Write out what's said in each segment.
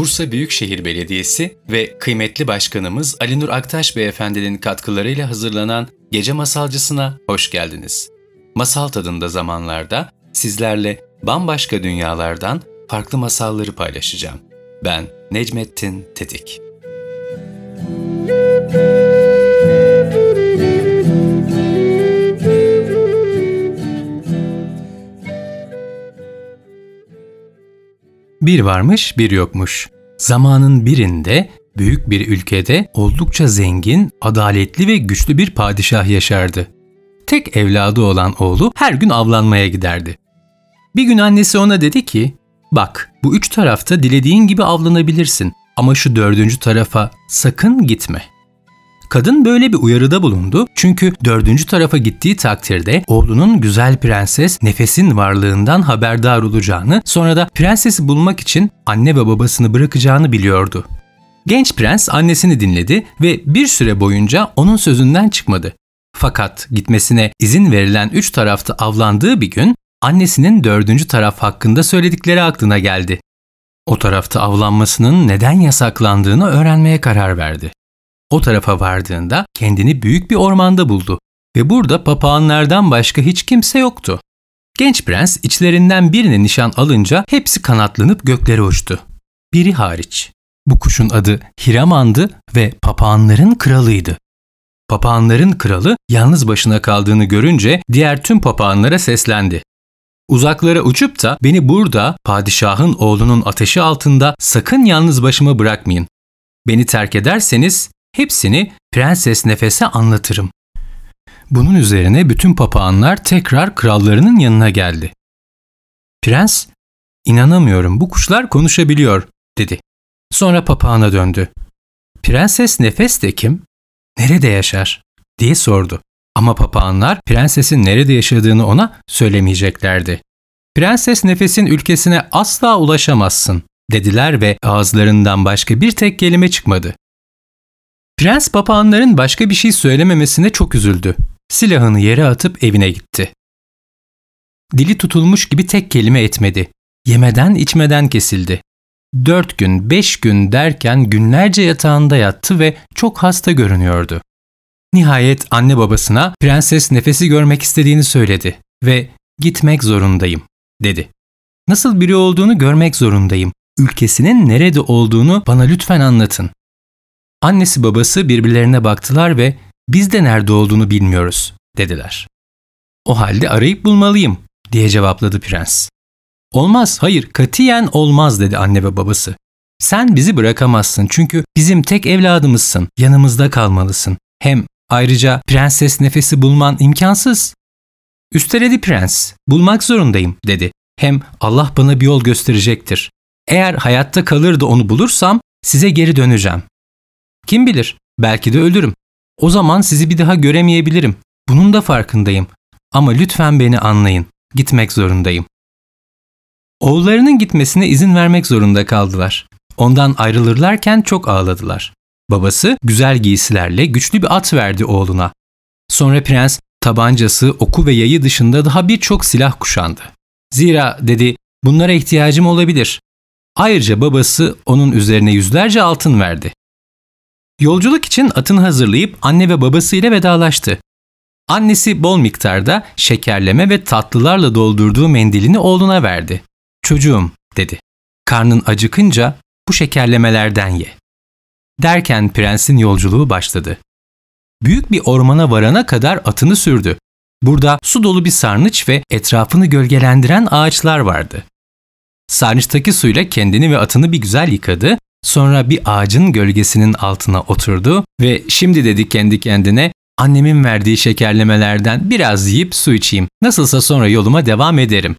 Bursa Büyükşehir Belediyesi ve kıymetli başkanımız Ali Nur Aktaş Beyefendi'nin katkılarıyla hazırlanan Gece Masalcısına hoş geldiniz. Masal tadında zamanlarda sizlerle bambaşka dünyalardan farklı masalları paylaşacağım. Ben Necmettin Tetik. Bir varmış, bir yokmuş. Zamanın birinde büyük bir ülkede oldukça zengin, adaletli ve güçlü bir padişah yaşardı. Tek evladı olan oğlu her gün avlanmaya giderdi. Bir gün annesi ona dedi ki, "Bak, bu 3 tarafta dilediğin gibi avlanabilirsin ama şu 4. tarafa sakın gitme." Kadın böyle bir uyarıda bulundu çünkü 4. tarafa gittiği takdirde oğlunun güzel prenses Nefes'in varlığından haberdar olacağını, sonra da prensesi bulmak için anne ve babasını bırakacağını biliyordu. Genç prens annesini dinledi ve bir süre boyunca onun sözünden çıkmadı. Fakat gitmesine izin verilen 3 tarafta avlandığı bir gün annesinin 4. taraf hakkında söyledikleri aklına geldi. O tarafta avlanmasının neden yasaklandığını öğrenmeye karar verdi. O tarafa vardığında kendini büyük bir ormanda buldu ve burada papağanlardan başka hiç kimse yoktu. Genç prens içlerinden birine nişan alınca hepsi kanatlanıp göklere uçtu. Biri hariç. Bu kuşun adı Hiraman'dı ve papağanların kralıydı. Papağanların kralı yalnız başına kaldığını görünce diğer tüm papağanlara seslendi. "Uzaklara uçup da beni burada padişahın oğlunun ateşi altında sakın yalnız başıma bırakmayın. Beni terk ederseniz hepsini Prenses Nefes'e anlatırım." Bunun üzerine bütün papağanlar tekrar krallarının yanına geldi. Prens, "İnanamıyorum, bu kuşlar konuşabiliyor," dedi. Sonra papağana döndü. "Prenses Nefes de kim? Nerede yaşar?" diye sordu. Ama papağanlar prensesin nerede yaşadığını ona söylemeyeceklerdi. "Prenses Nefes'in ülkesine asla ulaşamazsın," dediler ve ağızlarından başka bir tek kelime çıkmadı. Prens papağanların başka bir şey söylememesine çok üzüldü. Silahını yere atıp evine gitti. Dili tutulmuş gibi tek kelime etmedi. Yemeden içmeden kesildi. 4 gün, 5 gün derken günlerce yatağında yattı ve çok hasta görünüyordu. Nihayet anne babasına Prenses Nefes'i görmek istediğini söyledi ve "Gitmek zorundayım," dedi. "Nasıl biri olduğunu görmek zorundayım. Ülkesinin nerede olduğunu bana lütfen anlatın." Annesi babası birbirlerine baktılar ve "Biz de nerede olduğunu bilmiyoruz," dediler. "O halde arayıp bulmalıyım," diye cevapladı prens. "Olmaz, hayır, katiyen olmaz," dedi anne ve babası. "Sen bizi bırakamazsın çünkü bizim tek evladımızsın, yanımızda kalmalısın. Hem ayrıca Prenses Nefes'i bulman imkansız." "Üsteledi prens, bulmak zorundayım," dedi. "Hem Allah bana bir yol gösterecektir. Eğer hayatta kalır da onu bulursam size geri döneceğim. Kim bilir, belki de ölürüm. O zaman sizi bir daha göremeyebilirim. Bunun da farkındayım. Ama lütfen beni anlayın. Gitmek zorundayım." Oğullarının gitmesine izin vermek zorunda kaldılar. Ondan ayrılırlarken çok ağladılar. Babası güzel giysilerle güçlü bir at verdi oğluna. Sonra prens tabancası, oku ve yayı dışında daha birçok silah kuşandı. "Zira," dedi, "bunlara ihtiyacım olabilir." Ayrıca babası onun üzerine yüzlerce altın verdi. Yolculuk için atını hazırlayıp anne ve babasıyla vedalaştı. Annesi bol miktarda şekerleme ve tatlılarla doldurduğu mendilini oğluna verdi. "Çocuğum," dedi, "karnın acıkınca bu şekerlemelerden ye." Derken prensin yolculuğu başladı. Büyük bir ormana varana kadar atını sürdü. Burada su dolu bir sarnıç ve etrafını gölgelendiren ağaçlar vardı. Sarnıçtaki suyla kendini ve atını bir güzel yıkadı. Sonra bir ağacın gölgesinin altına oturdu ve "Şimdi," dedi kendi kendine, "annemin verdiği şekerlemelerden biraz yiyip su içeyim. Nasılsa sonra yoluma devam ederim."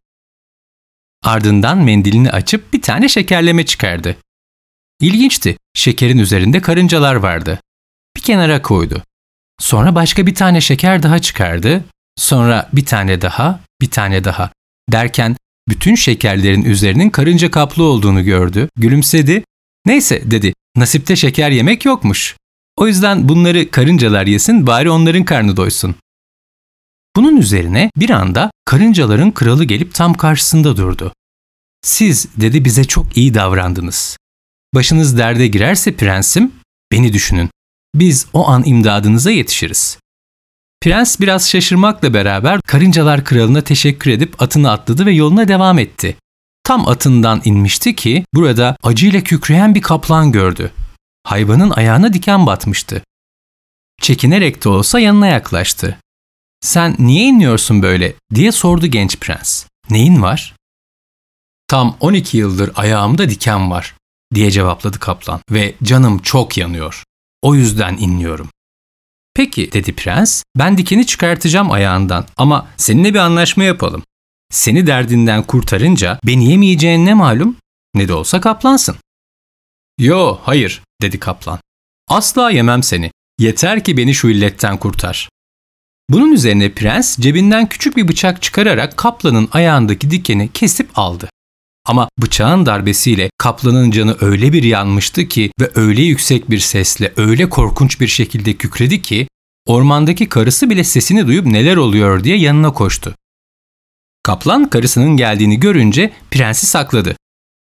Ardından mendilini açıp bir tane şekerleme çıkardı. İlginçti. Şekerin üzerinde karıncalar vardı. Bir kenara koydu. Sonra başka bir tane şeker daha çıkardı. Sonra bir tane daha, bir tane daha. Derken bütün şekerlerin üzerinin karınca kaplı olduğunu gördü. Gülümsedi. "Neyse," dedi, "nasipte şeker yemek yokmuş. O yüzden bunları karıncalar yesin, bari onların karnı doysun." Bunun üzerine bir anda karıncaların kralı gelip tam karşısında durdu. "Siz," dedi, "bize çok iyi davrandınız. Başınız derde girerse prensim, beni düşünün. Biz o an imdadınıza yetişiriz. Prens biraz şaşırmakla beraber karıncalar kralına teşekkür edip atını atladı ve yoluna devam etti. Tam atından inmişti ki burada acıyla kükreyen bir kaplan gördü. Hayvanın ayağına diken batmıştı. Çekinerek de olsa yanına yaklaştı. "Sen niye inliyorsun böyle?" diye sordu genç prens. "Neyin var?" "Tam 12 yıldır ayağımda diken var," diye cevapladı kaplan ve canım çok yanıyor. O yüzden inliyorum. "Peki," dedi prens, "ben dikeni çıkartacağım ayağından ama seninle bir anlaşma yapalım. Seni derdinden kurtarınca beni yemeyeceğin ne malum? Ne de olsa kaplansın." "Yo, hayır," dedi kaplan. "Asla yemem seni. Yeter ki beni şu illetten kurtar." Bunun üzerine prens cebinden küçük bir bıçak çıkararak kaplanın ayağındaki dikeni kesip aldı. Ama bıçağın darbesiyle kaplanın canı öyle bir yanmıştı ki ve öyle yüksek bir sesle, öyle korkunç bir şekilde kükredi ki ormandaki karısı bile sesini duyup neler oluyor diye yanına koştu. Kaplan karısının geldiğini görünce prensi sakladı.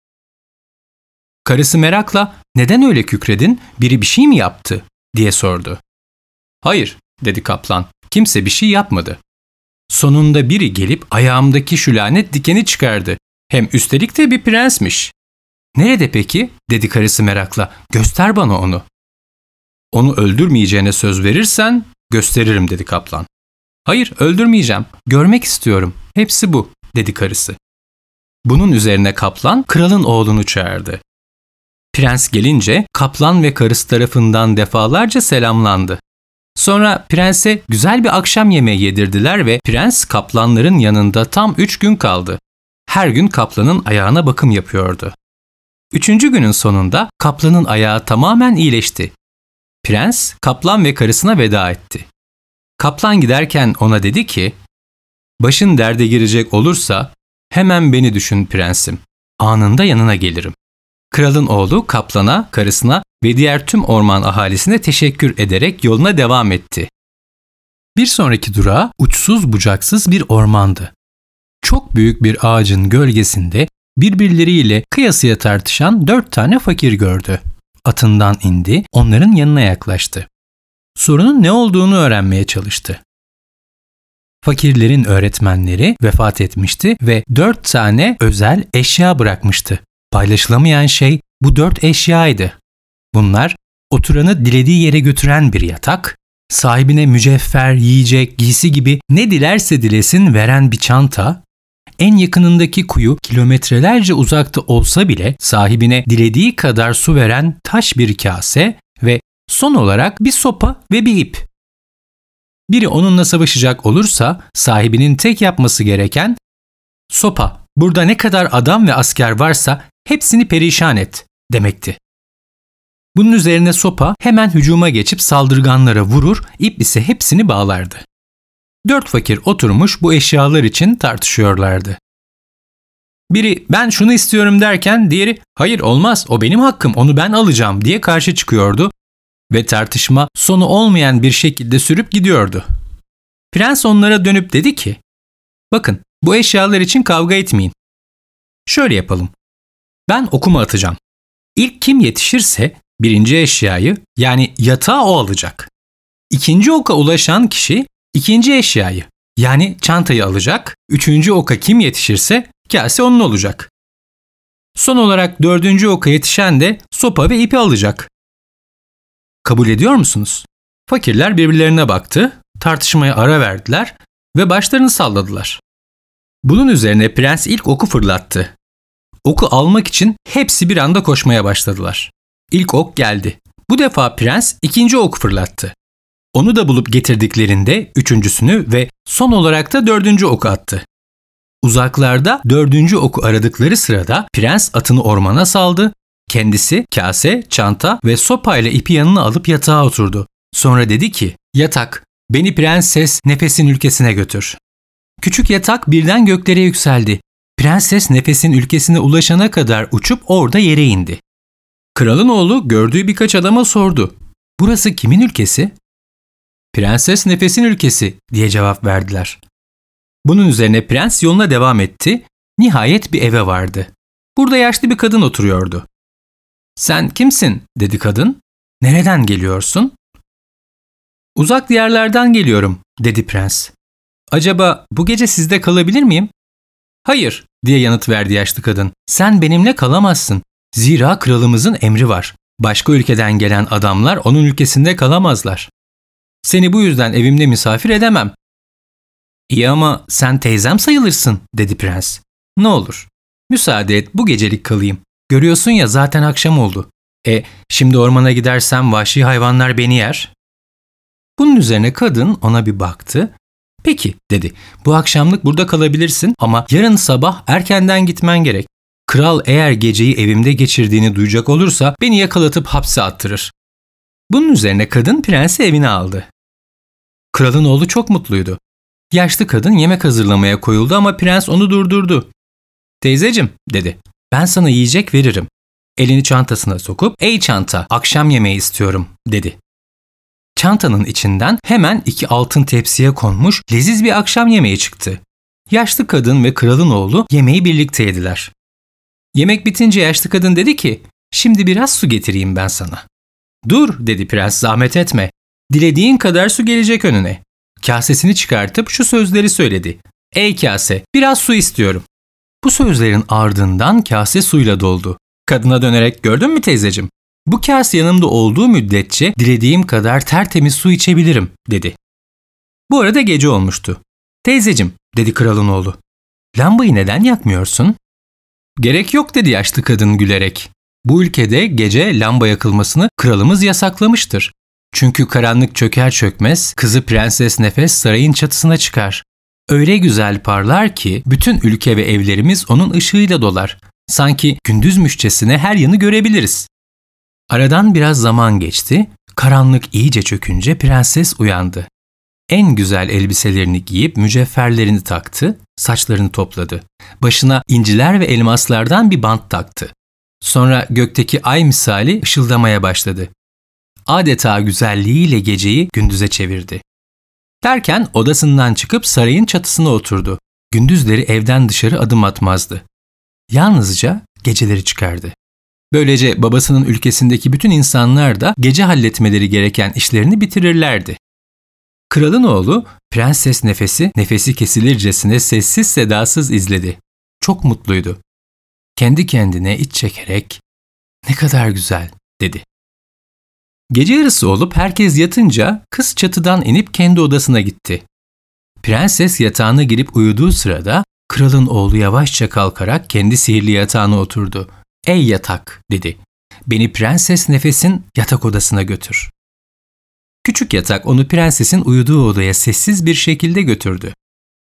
Karısı merakla "Neden öyle kükredin? Biri bir şey mi yaptı?" diye sordu. "Hayır," dedi kaplan. "Kimse bir şey yapmadı. Sonunda biri gelip ayağımdaki şu lanet dikeni çıkardı. Hem üstelik de bir prensmiş." "Nerede peki?" dedi karısı merakla. "Göster bana onu." "Onu öldürmeyeceğine söz verirsen gösteririm," dedi kaplan. "Hayır, öldürmeyeceğim. Görmek istiyorum. Hepsi bu," dedi karısı. Bunun üzerine kaplan kralın oğlunu çağırdı. Prens gelince kaplan ve karısı tarafından defalarca selamlandı. Sonra prense güzel bir akşam yemeği yedirdiler ve prens kaplanların yanında tam 3 gün kaldı. Her gün kaplanın ayağına bakım yapıyordu. 3. günün sonunda kaplanın ayağı tamamen iyileşti. Prens kaplan ve karısına veda etti. Kaplan giderken ona dedi ki, "Başın derde girecek olursa hemen beni düşün prensim. Anında yanına gelirim." Kralın oğlu kaplana, karısına ve diğer tüm orman ahalisine teşekkür ederek yoluna devam etti. Bir sonraki durağı uçsuz bucaksız bir ormandı. Çok büyük bir ağacın gölgesinde birbirleriyle kıyasıya tartışan 4 tane fakir gördü. Atından indi, onların yanına yaklaştı. Sorunun ne olduğunu öğrenmeye çalıştı. Fakirlerin öğretmenleri vefat etmişti ve 4 tane özel eşya bırakmıştı. Paylaşılamayan şey bu 4 eşyaydı. Bunlar oturanı dilediği yere götüren bir yatak, sahibine mücevher, yiyecek, giysi gibi ne dilerse dilesin veren bir çanta, en yakınındaki kuyu kilometrelerce uzakta olsa bile sahibine dilediği kadar su veren taş bir kase ve son olarak bir sopa ve bir ip. Biri onunla savaşacak olursa sahibinin tek yapması gereken "Sopa, burada ne kadar adam ve asker varsa hepsini perişan et," demekti. Bunun üzerine sopa hemen hücuma geçip saldırganlara vurur, ip ise hepsini bağlardı. 4 fakir oturmuş bu eşyalar için tartışıyorlardı. Biri "Ben şunu istiyorum," derken diğeri "Hayır, olmaz, o benim hakkım, onu ben alacağım," diye karşı çıkıyordu ve tartışma sonu olmayan bir şekilde sürüp gidiyordu. Prens onlara dönüp dedi ki, "Bakın, bu eşyalar için kavga etmeyin. Şöyle yapalım. Ben okumu atacağım. İlk kim yetişirse birinci eşyayı, yani yatağı o alacak. İkinci oka ulaşan kişi ikinci eşyayı, yani çantayı alacak. Üçüncü oka kim yetişirse kase onun olacak. Son olarak 4. oka yetişen de sopa ve ipi alacak. Kabul ediyor musunuz?" Fakirler birbirlerine baktı, tartışmaya ara verdiler ve başlarını salladılar. Bunun üzerine prens ilk oku fırlattı. Oku almak için hepsi bir anda koşmaya başladılar. İlk ok geldi. Bu defa prens ikinci oku fırlattı. Onu da bulup getirdiklerinde üçüncüsünü ve son olarak da 4. oku attı. Uzaklarda 4. oku aradıkları sırada prens atını ormana saldı. Kendisi kase, çanta ve sopayla ipi yanına alıp yatağa oturdu. Sonra dedi ki, "Yatak, beni prenses Nefes'in ülkesine götür." Küçük yatak birden göklere yükseldi. Prenses Nefes'in ülkesine ulaşana kadar uçup orada yere indi. Kralın oğlu gördüğü birkaç adama sordu. "Burası kimin ülkesi?" "Prenses Nefes'in ülkesi," diye cevap verdiler. Bunun üzerine prens yoluna devam etti. Nihayet bir eve vardı. Burada yaşlı bir kadın oturuyordu. "Sen kimsin?" dedi kadın. "Nereden geliyorsun?" "Uzak diyarlardan geliyorum," dedi prens. "Acaba bu gece sizde kalabilir miyim?" "Hayır," diye yanıt verdi yaşlı kadın. "Sen benimle kalamazsın. Zira kralımızın emri var. Başka ülkeden gelen adamlar onun ülkesinde kalamazlar. Seni bu yüzden evimde misafir edemem." "İyi ama sen teyzem sayılırsın," dedi prens. "Ne olur, müsaade et bu gecelik kalayım. Görüyorsun ya zaten akşam oldu. Şimdi ormana gidersem vahşi hayvanlar beni yer." Bunun üzerine kadın ona bir baktı. "Peki," dedi. "Bu akşamlık burada kalabilirsin ama yarın sabah erkenden gitmen gerek. Kral eğer geceyi evimde geçirdiğini duyacak olursa beni yakalatıp hapse attırır." Bunun üzerine kadın prensi evine aldı. Kralın oğlu çok mutluydu. Yaşlı kadın yemek hazırlamaya koyuldu ama prens onu durdurdu. "Teyzecim," dedi, "ben sana yiyecek veririm." Elini çantasına sokup "Ey çanta, akşam yemeği istiyorum," dedi. Çantanın içinden hemen 2 altın tepsiye konmuş leziz bir akşam yemeği çıktı. Yaşlı kadın ve kralın oğlu yemeği birlikte yediler. Yemek bitince yaşlı kadın dedi ki, "Şimdi biraz su getireyim ben sana." "Dur," dedi prens, "zahmet etme. Dilediğin kadar su gelecek önüne." Kasesini çıkartıp şu sözleri söyledi. "Ey kase, biraz su istiyorum." Bu sözlerin ardından kase suyla doldu. Kadına dönerek, "Gördün mü teyzecim? Bu kase yanımda olduğu müddetçe dilediğim kadar tertemiz su içebilirim," dedi. Bu arada gece olmuştu. "Teyzecim," dedi kralın oğlu, "lambayı neden yakmıyorsun?" "Gerek yok," dedi yaşlı kadın gülerek. "Bu ülkede gece lamba yakılmasını kralımız yasaklamıştır. Çünkü karanlık çöker çökmez kızı Prenses Nefes sarayın çatısına çıkar. Öyle güzel parlar ki bütün ülke ve evlerimiz onun ışığıyla dolar. Sanki gündüzmüşçesine her yanı görebiliriz." Aradan biraz zaman geçti. Karanlık iyice çökünce prenses uyandı. En güzel elbiselerini giyip mücevherlerini taktı, saçlarını topladı. Başına inciler ve elmaslardan bir bant taktı. Sonra gökteki ay misali ışıldamaya başladı. Adeta güzelliğiyle geceyi gündüze çevirdi. Derken odasından çıkıp sarayın çatısına oturdu. Gündüzleri evden dışarı adım atmazdı. Yalnızca geceleri çıkardı. Böylece babasının ülkesindeki bütün insanlar da gece halletmeleri gereken işlerini bitirirlerdi. Kralın oğlu Prenses Nefes'i nefesi kesilircesine sessiz sedasız izledi. Çok mutluydu. Kendi kendine iç çekerek "Ne kadar güzel," dedi. Gece yarısı olup herkes yatınca kız çatıdan inip kendi odasına gitti. Prenses yatağına girip uyuduğu sırada kralın oğlu yavaşça kalkarak kendi sihirli yatağına oturdu. "Ey yatak," dedi, "beni Prenses Nefes'in yatak odasına götür." Küçük yatak onu prensesin uyuduğu odaya sessiz bir şekilde götürdü.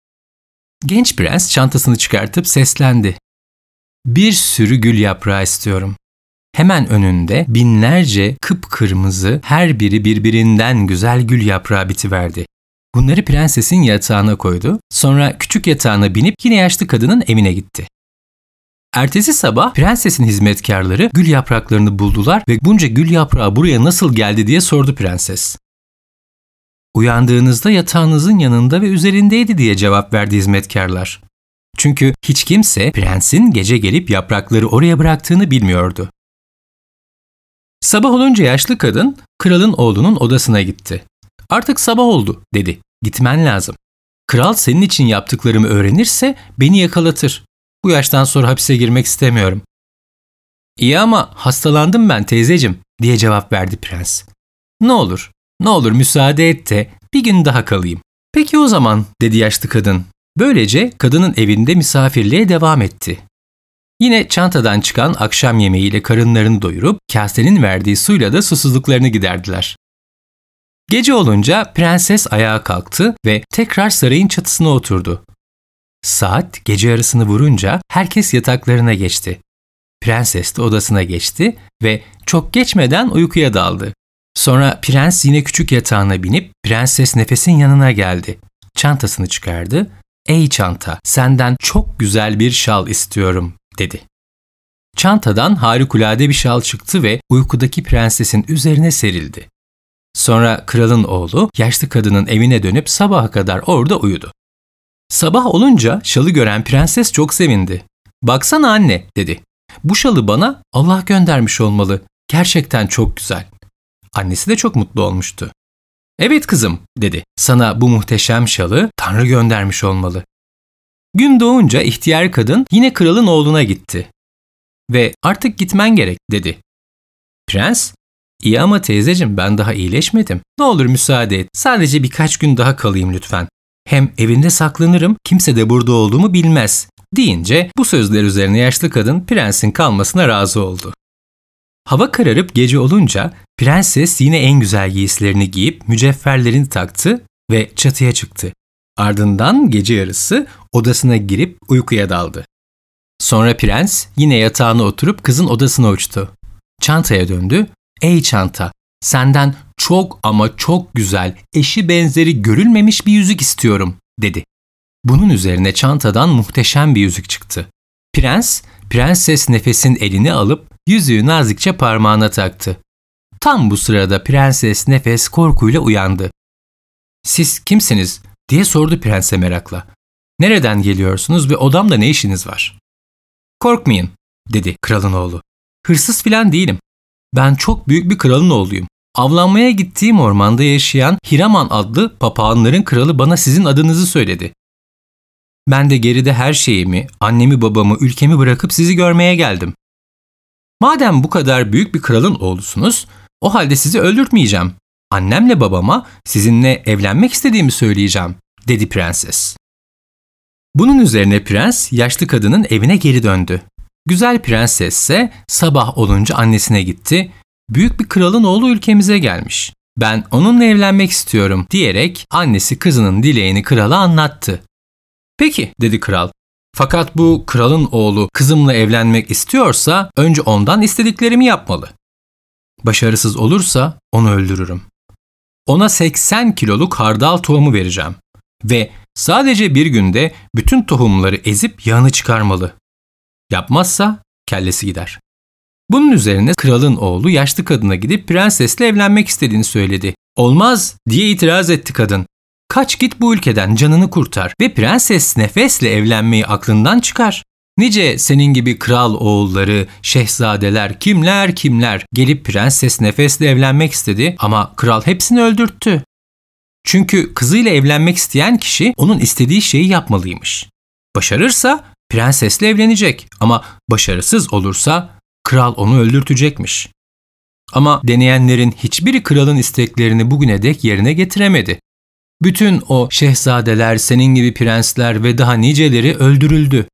Genç prens çantasını çıkartıp seslendi. "Bir sürü gül yaprağı istiyorum." Hemen önünde binlerce kıpkırmızı, her biri birbirinden güzel gül yaprağı bitiverdi. Bunları prensesin yatağına koydu, sonra küçük yatağına binip yine yaşlı kadının evine gitti. Ertesi sabah prensesin hizmetkarları gül yapraklarını buldular ve bunca gül yaprağı buraya nasıl geldi diye sordu prenses. "Uyandığınızda yatağınızın yanında ve üzerindeydi," diye cevap verdi hizmetkarlar. Çünkü hiç kimse prensin gece gelip yaprakları oraya bıraktığını bilmiyordu. Sabah olunca yaşlı kadın kralın oğlunun odasına gitti. "Artık sabah oldu," dedi. "Gitmen lazım. Kral senin için yaptıklarımı öğrenirse beni yakalatır. Bu yaştan sonra hapise girmek istemiyorum." "İyi ama hastalandım ben teyzecim," diye cevap verdi prens. Ne olur müsaade et de bir gün daha kalayım." "Peki o zaman," dedi yaşlı kadın. Böylece kadının evinde misafirliğe devam etti. Yine çantadan çıkan akşam yemeğiyle karınlarını doyurup kasenin verdiği suyla da susuzluklarını giderdiler. Gece olunca prenses ayağa kalktı ve tekrar sarayın çatısına oturdu. Saat gece yarısını vurunca herkes yataklarına geçti. Prenses de odasına geçti ve çok geçmeden uykuya daldı. Sonra prens yine küçük yatağına binip Prenses Nefes'in yanına geldi. Çantasını çıkardı. "Ey çanta, senden çok güzel bir şal istiyorum," dedi. Çantadan harikulade bir şal çıktı ve uykudaki prensesin üzerine serildi. Sonra kralın oğlu yaşlı kadının evine dönüp sabaha kadar orada uyudu. Sabah olunca şalı gören prenses çok sevindi. "Baksana anne," dedi. Bu şalı bana Allah göndermiş olmalı. Gerçekten çok güzel. Annesi de çok mutlu olmuştu. Evet kızım, dedi. Sana bu muhteşem şalı Tanrı göndermiş olmalı. Gün doğunca ihtiyar kadın yine kralın oğluna gitti. Ve artık gitmen gerek, dedi. Prens, iyi ama teyzeciğim ben daha iyileşmedim. Ne olur müsaade et. Sadece birkaç gün daha kalayım lütfen. Hem evinde saklanırım, kimse de burada olduğumu bilmez, deyince bu sözler üzerine yaşlı kadın prensin kalmasına razı oldu. Hava kararıp gece olunca prenses yine en güzel giysilerini giyip mücevherlerini taktı ve çatıya çıktı. Ardından gece yarısı odasına girip uykuya daldı. Sonra prens yine yatağına oturup kızın odasına uçtu. Çantaya döndü. Ey çanta, senden çok ama çok güzel, eşi benzeri görülmemiş bir yüzük istiyorum, dedi. Bunun üzerine çantadan muhteşem bir yüzük çıktı. Prenses Nefes'in elini alıp yüzüğü nazikçe parmağına taktı. Tam bu sırada Prenses Nefes korkuyla uyandı. "Siz kimsiniz?" diye sordu prense merakla. "Nereden geliyorsunuz ve odamda ne işiniz var?" "Korkmayın," dedi kralın oğlu. "Hırsız filan değilim. Ben çok büyük bir kralın oğluyum. Avlanmaya gittiğim ormanda yaşayan Hiraman adlı papağanların kralı bana sizin adınızı söyledi. Ben de geride her şeyimi, annemi babamı, ülkemi bırakıp sizi görmeye geldim. Madem bu kadar büyük bir kralın oğlusunuz, o halde sizi öldürtmeyeceğim. Annemle babama sizinle evlenmek istediğimi söyleyeceğim," dedi prenses. Bunun üzerine prens yaşlı kadının evine geri döndü. Güzel prenses ise sabah olunca annesine gitti. "Büyük bir kralın oğlu ülkemize gelmiş. Ben onunla evlenmek istiyorum," diyerek annesi kızının dileğini krala anlattı. "Peki," dedi kral. "Fakat bu kralın oğlu kızımla evlenmek istiyorsa önce ondan istediklerimi yapmalı. Başarısız olursa onu öldürürüm. Ona 80 kiloluk hardal tohumu vereceğim ve sadece bir günde bütün tohumları ezip yağını çıkarmalı. Yapmazsa kellesi gider." Bunun üzerine kralın oğlu yaşlı kadına gidip prensesle evlenmek istediğini söyledi. "Olmaz," diye itiraz etti kadın. "Kaç git bu ülkeden, canını kurtar ve Prenses Nefes'le evlenmeyi aklından çıkar. Nice senin gibi kral oğulları, şehzadeler kimler gelip Prenses Nefes'le evlenmek istedi ama kral hepsini öldürttü. Çünkü kızıyla evlenmek isteyen kişi onun istediği şeyi yapmalıymış. Başarırsa prensesle evlenecek ama başarısız olursa kral onu öldürtecekmiş. Ama deneyenlerin hiçbiri kralın isteklerini bugüne dek yerine getiremedi. Bütün o şehzadeler, senin gibi prensler ve daha niceleri öldürüldü.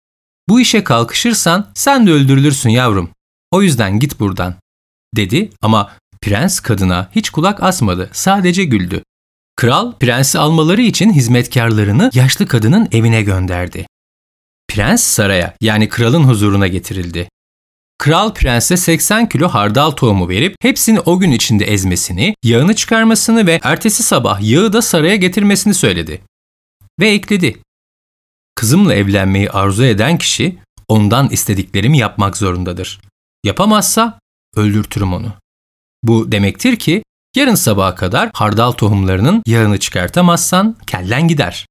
Bu işe kalkışırsan sen de öldürülürsün yavrum. O yüzden git buradan," dedi ama prens kadına hiç kulak asmadı, sadece güldü. Kral prensi almaları için hizmetkarlarını yaşlı kadının evine gönderdi. Prens saraya, yani kralın huzuruna getirildi. Kral prense 80 kilo hardal tohumu verip hepsini o gün içinde ezmesini, yağını çıkarmasını ve ertesi sabah yağı da saraya getirmesini söyledi. Ve ekledi: "Kızımla evlenmeyi arzu eden kişi ondan istediklerimi yapmak zorundadır. Yapamazsa öldürtürüm onu. Bu demektir ki yarın sabaha kadar hardal tohumlarının yağını çıkartamazsan kellen gider."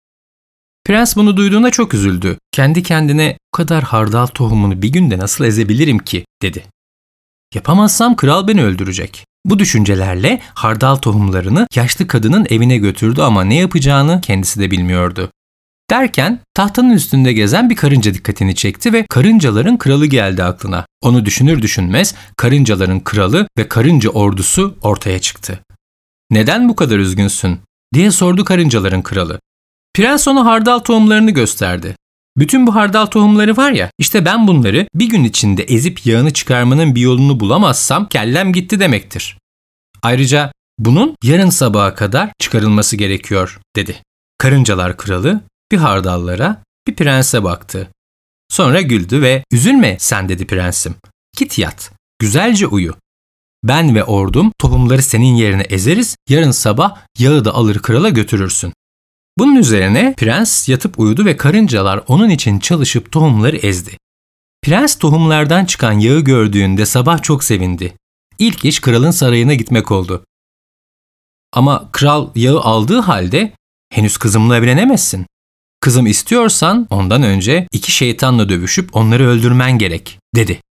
Prens bunu duyduğunda çok üzüldü. Kendi kendine "Bu kadar hardal tohumunu bir günde nasıl ezebilirim ki?" dedi. "Yapamazsam kral beni öldürecek." Bu düşüncelerle hardal tohumlarını yaşlı kadının evine götürdü ama ne yapacağını kendisi de bilmiyordu. Derken tahtanın üstünde gezen bir karınca dikkatini çekti ve karıncaların kralı geldi aklına. Onu düşünür düşünmez karıncaların kralı ve karınca ordusu ortaya çıktı. "Neden bu kadar üzgünsün?" diye sordu karıncaların kralı. Prens ona hardal tohumlarını gösterdi. "Bütün bu hardal tohumları var ya, işte ben bunları bir gün içinde ezip yağını çıkarmanın bir yolunu bulamazsam kellem gitti demektir. Ayrıca bunun yarın sabaha kadar çıkarılması gerekiyor," dedi. Karıncalar kralı bir hardallara bir prense baktı. Sonra güldü ve "Üzülme sen," dedi prensim. "Git yat, güzelce uyu. Ben ve ordum tohumları senin yerine ezeriz, yarın sabah yağı da alır krala götürürsün." Bunun üzerine prens yatıp uyudu ve karıncalar onun için çalışıp tohumları ezdi. Prens tohumlardan çıkan yağı gördüğünde sabah çok sevindi. İlk iş kralın sarayına gitmek oldu. Ama kral yağı aldığı halde "Henüz kızımla evlenemezsin. Kızım istiyorsan ondan önce 2 şeytanla dövüşüp onları öldürmen gerek," dedi.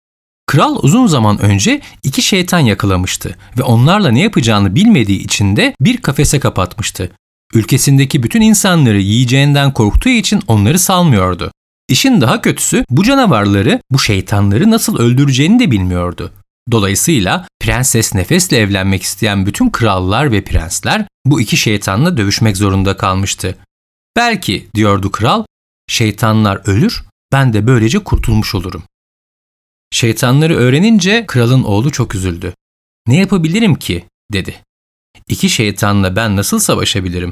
Kral uzun zaman önce 2 şeytan yakalamıştı ve onlarla ne yapacağını bilmediği için de bir kafese kapatmıştı. Ülkesindeki bütün insanları yiyeceğinden korktuğu için onları salmıyordu. İşin daha kötüsü bu canavarları, bu şeytanları nasıl öldüreceğini de bilmiyordu. Dolayısıyla Prenses Nefes'le evlenmek isteyen bütün krallar ve prensler bu 2 şeytanla dövüşmek zorunda kalmıştı. Belki, diyordu kral, şeytanlar ölür, ben de böylece kurtulmuş olurum. Şeytanları öğrenince kralın oğlu çok üzüldü. Ne yapabilirim ki, dedi. 2 şeytanla ben nasıl savaşabilirim?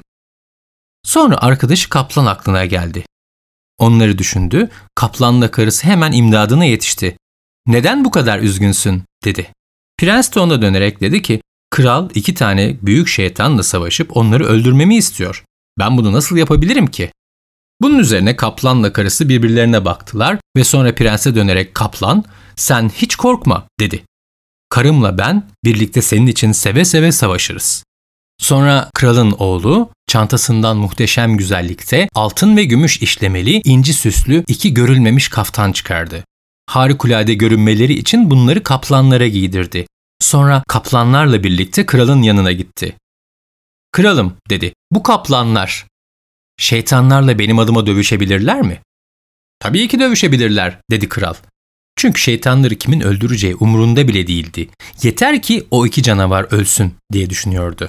Sonra arkadaşı kaplan aklına geldi. Onları düşündü, kaplanla karısı hemen imdadına yetişti. Neden bu kadar üzgünsün, dedi. Prens de ona dönerek dedi ki, kral 2 tane büyük şeytanla savaşıp onları öldürmemi istiyor. Ben bunu nasıl yapabilirim ki? Bunun üzerine kaplanla karısı birbirlerine baktılar ve sonra prense dönerek kaplan, sen hiç korkma, dedi. Karımla ben birlikte senin için seve seve savaşırız. Sonra kralın oğlu çantasından muhteşem güzellikte altın ve gümüş işlemeli inci süslü 2 görülmemiş kaftan çıkardı. Harikulade görünmeleri için bunları kaplanlara giydirdi. Sonra kaplanlarla birlikte kralın yanına gitti. Kralım, dedi, bu kaplanlar şeytanlarla benim adıma dövüşebilirler mi? Tabii ki dövüşebilirler, dedi kral. Çünkü şeytanları kimin öldüreceği umurunda bile değildi. Yeter ki o 2 canavar ölsün diye düşünüyordu.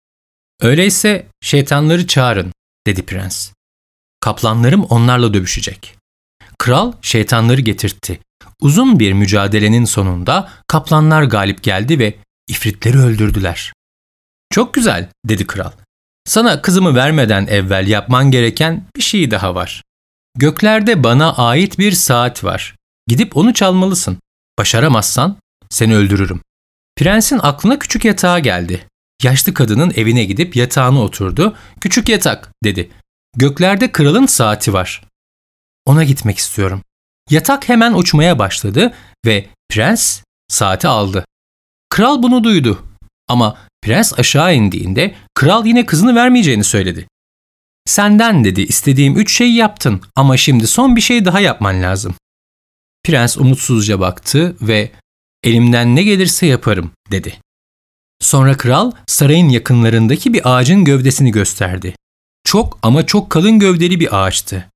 Öyleyse şeytanları çağırın, dedi prens. Kaplanlarım onlarla dövüşecek. Kral şeytanları getirtti. Uzun bir mücadelenin sonunda kaplanlar galip geldi ve ifritleri öldürdüler. Çok güzel, dedi kral. Sana kızımı vermeden evvel yapman gereken bir şey daha var. Göklerde bana ait bir saat var. Gidip onu çalmalısın. Başaramazsan seni öldürürüm. Prensin aklına küçük yatağı geldi. Yaşlı kadının evine gidip yatağına oturdu. Küçük yatak, dedi. Göklerde kralın saati var. Ona gitmek istiyorum. Yatak hemen uçmaya başladı ve prens saati aldı. Kral bunu duydu ama prens aşağı indiğinde kral yine kızını vermeyeceğini söyledi. Senden, dedi, istediğim 3 şeyi yaptın ama şimdi son bir şey daha yapman lazım. Prens umutsuzca baktı ve elimden ne gelirse yaparım, dedi. Sonra kral sarayın yakınlarındaki bir ağacın gövdesini gösterdi. Çok ama çok kalın gövdeli bir ağaçtı.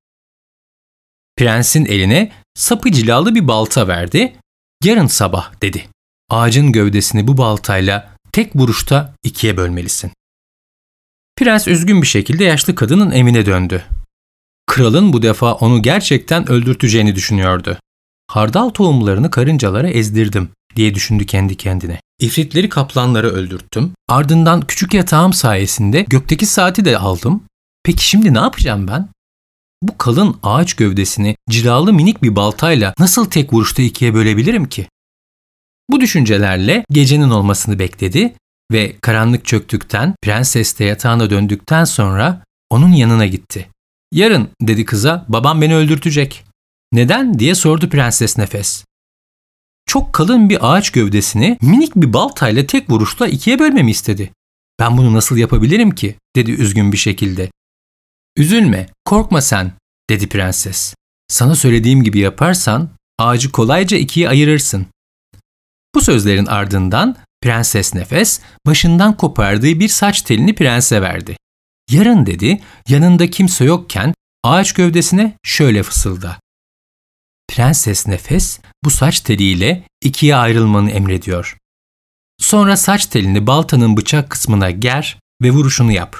Prensin eline sapı cilalı bir balta verdi. Yarın sabah, dedi. Ağacın gövdesini bu baltayla tek vuruşta 2'ye bölmelisin. Prens üzgün bir şekilde yaşlı kadının evine döndü. Kralın bu defa onu gerçekten öldürteceğini düşünüyordu. Hardal tohumlarını karıncalara ezdirdim diye düşündü kendi kendine. İfritleri kaplanlara öldürttüm. Ardından küçük yatağım sayesinde gökteki saati de aldım. Peki şimdi ne yapacağım ben? Bu kalın ağaç gövdesini cilalı minik bir baltayla nasıl tek vuruşta 2'ye bölebilirim ki? Bu düşüncelerle gecenin olmasını bekledi ve karanlık çöktükten, prenses de yatağına döndükten sonra onun yanına gitti. Yarın, dedi kıza, babam beni öldürtecek. Neden, diye sordu Prenses Nefes. Çok kalın bir ağaç gövdesini minik bir baltayla tek vuruşla 2'ye bölmemi istedi. Ben bunu nasıl yapabilirim ki, dedi üzgün bir şekilde. Üzülme, korkma sen, dedi prenses. Sana söylediğim gibi yaparsan ağacı kolayca 2'ye ayırırsın. Bu sözlerin ardından Prenses Nefes başından kopardığı bir saç telini prense verdi. Yarın, dedi, yanında kimse yokken ağaç gövdesine şöyle fısılda. Prenses Nefes bu saç teliyle 2'ye ayrılmanı emrediyor. Sonra saç telini baltanın bıçak kısmına ger ve vuruşunu yap.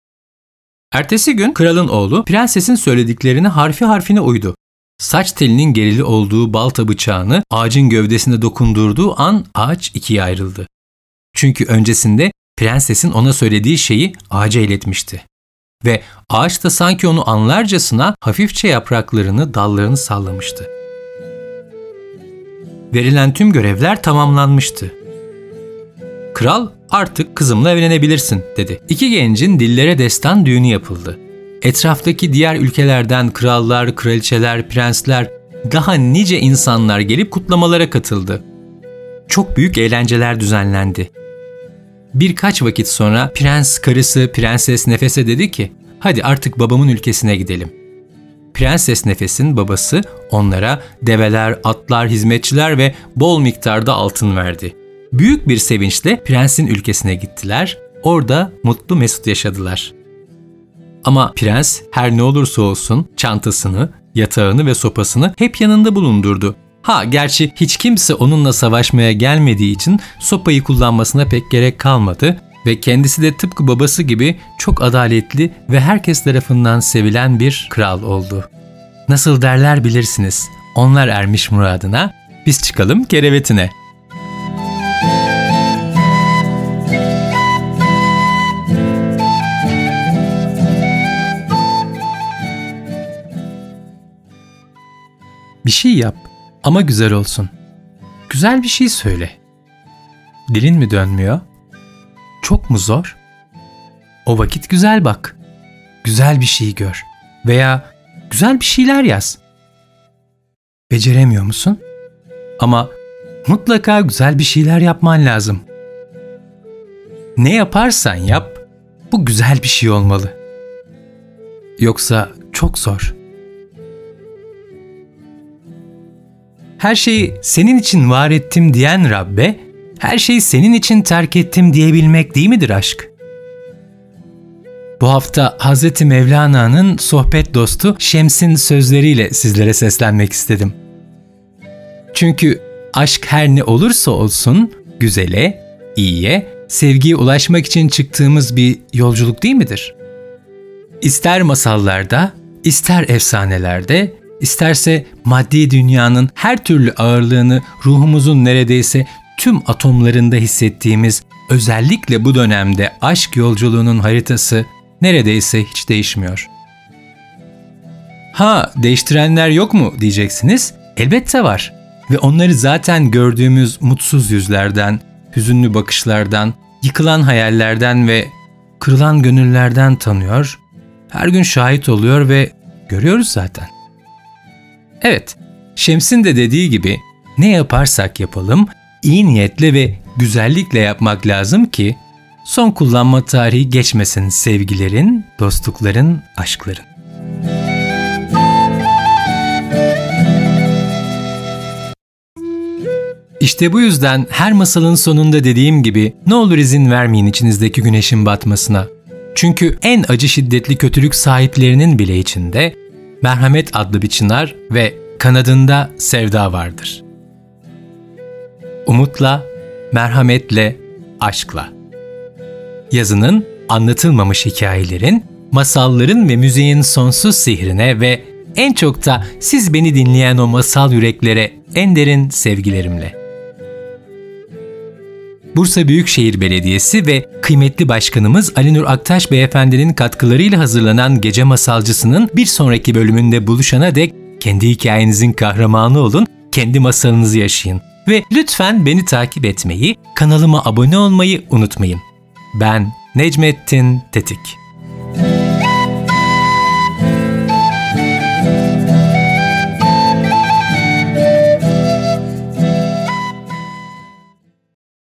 Ertesi gün kralın oğlu prensesin söylediklerini harfi harfine uydu. Saç telinin gerili olduğu balta bıçağını ağacın gövdesine dokundurduğu an ağaç 2'ye ayrıldı. Çünkü öncesinde prensesin ona söylediği şeyi ağaca iletmişti. Ve ağaç da sanki onu anlarcasına hafifçe yapraklarını, dallarını sallamıştı. Verilen tüm görevler tamamlanmıştı. Kral, artık kızımla evlenebilirsin, dedi. 2 gencin dillere destan düğünü yapıldı. Etraftaki diğer ülkelerden krallar, kraliçeler, prensler, daha nice insanlar gelip kutlamalara katıldı. Çok büyük eğlenceler düzenlendi. Birkaç vakit sonra prens karısı Prenses Nefes'e dedi ki, hadi artık babamın ülkesine gidelim. Prenses Nefes'in babası onlara develer, atlar, hizmetçiler ve bol miktarda altın verdi. Büyük bir sevinçle prensin ülkesine gittiler. Orada mutlu mesut yaşadılar. Ama prens her ne olursa olsun çantasını, yatağını ve sopasını hep yanında bulundurdu. Gerçi hiç kimse onunla savaşmaya gelmediği için sopayı kullanmasına pek gerek kalmadı ve kendisi de tıpkı babası gibi çok adaletli ve herkes tarafından sevilen bir kral oldu. Nasıl derler bilirsiniz, onlar ermiş muradına, biz çıkalım kerevetine. Bir şey yap ama güzel olsun. Güzel bir şey söyle. Dilin mi dönmüyor? Çok mu zor? O vakit güzel bak. Güzel bir şey gör. Veya güzel bir şeyler yaz. Beceremiyor musun? Ama mutlaka güzel bir şeyler yapman lazım. Ne yaparsan yap, bu güzel bir şey olmalı. Yoksa çok zor. Her şeyi senin için var ettim diyen Rabbe, her şeyi senin için terk ettim diyebilmek değil midir aşk? Bu hafta Hazreti Mevlana'nın sohbet dostu Şems'in sözleriyle sizlere seslenmek istedim. Çünkü aşk her ne olursa olsun güzele, iyiye, sevgiye ulaşmak için çıktığımız bir yolculuk değil midir? İster masallarda, ister efsanelerde, İsterse maddi dünyanın her türlü ağırlığını ruhumuzun neredeyse tüm atomlarında hissettiğimiz özellikle bu dönemde aşk yolculuğunun haritası neredeyse hiç değişmiyor. Değiştirenler yok mu diyeceksiniz? Elbette var ve onları zaten gördüğümüz mutsuz yüzlerden, hüzünlü bakışlardan, yıkılan hayallerden ve kırılan gönüllerden tanıyor, her gün şahit oluyor ve görüyoruz zaten. Evet, Şems'in de dediği gibi ne yaparsak yapalım iyi niyetle ve güzellikle yapmak lazım ki son kullanma tarihi geçmesin sevgilerin, dostlukların, aşkların. İşte bu yüzden her masalın sonunda dediğim gibi ne olur izin vermeyin içinizdeki güneşin batmasına. Çünkü en acı şiddetli kötülük sahiplerinin bile içinde merhamet adlı bir çınar ve kanadında sevda vardır. Umutla, merhametle, aşkla. Yazının, anlatılmamış hikayelerin, masalların ve müziğin sonsuz sihrine ve en çok da siz beni dinleyen o masal yüreklere en derin sevgilerimle. Bursa Büyükşehir Belediyesi ve kıymetli başkanımız Ali Nur Aktaş Beyefendinin katkılarıyla hazırlanan Gece Masalcısı'nın bir sonraki bölümünde buluşana dek kendi hikayenizin kahramanı olun, kendi masalınızı yaşayın. Ve lütfen beni takip etmeyi, kanalıma abone olmayı unutmayın. Ben Necmettin Tetik.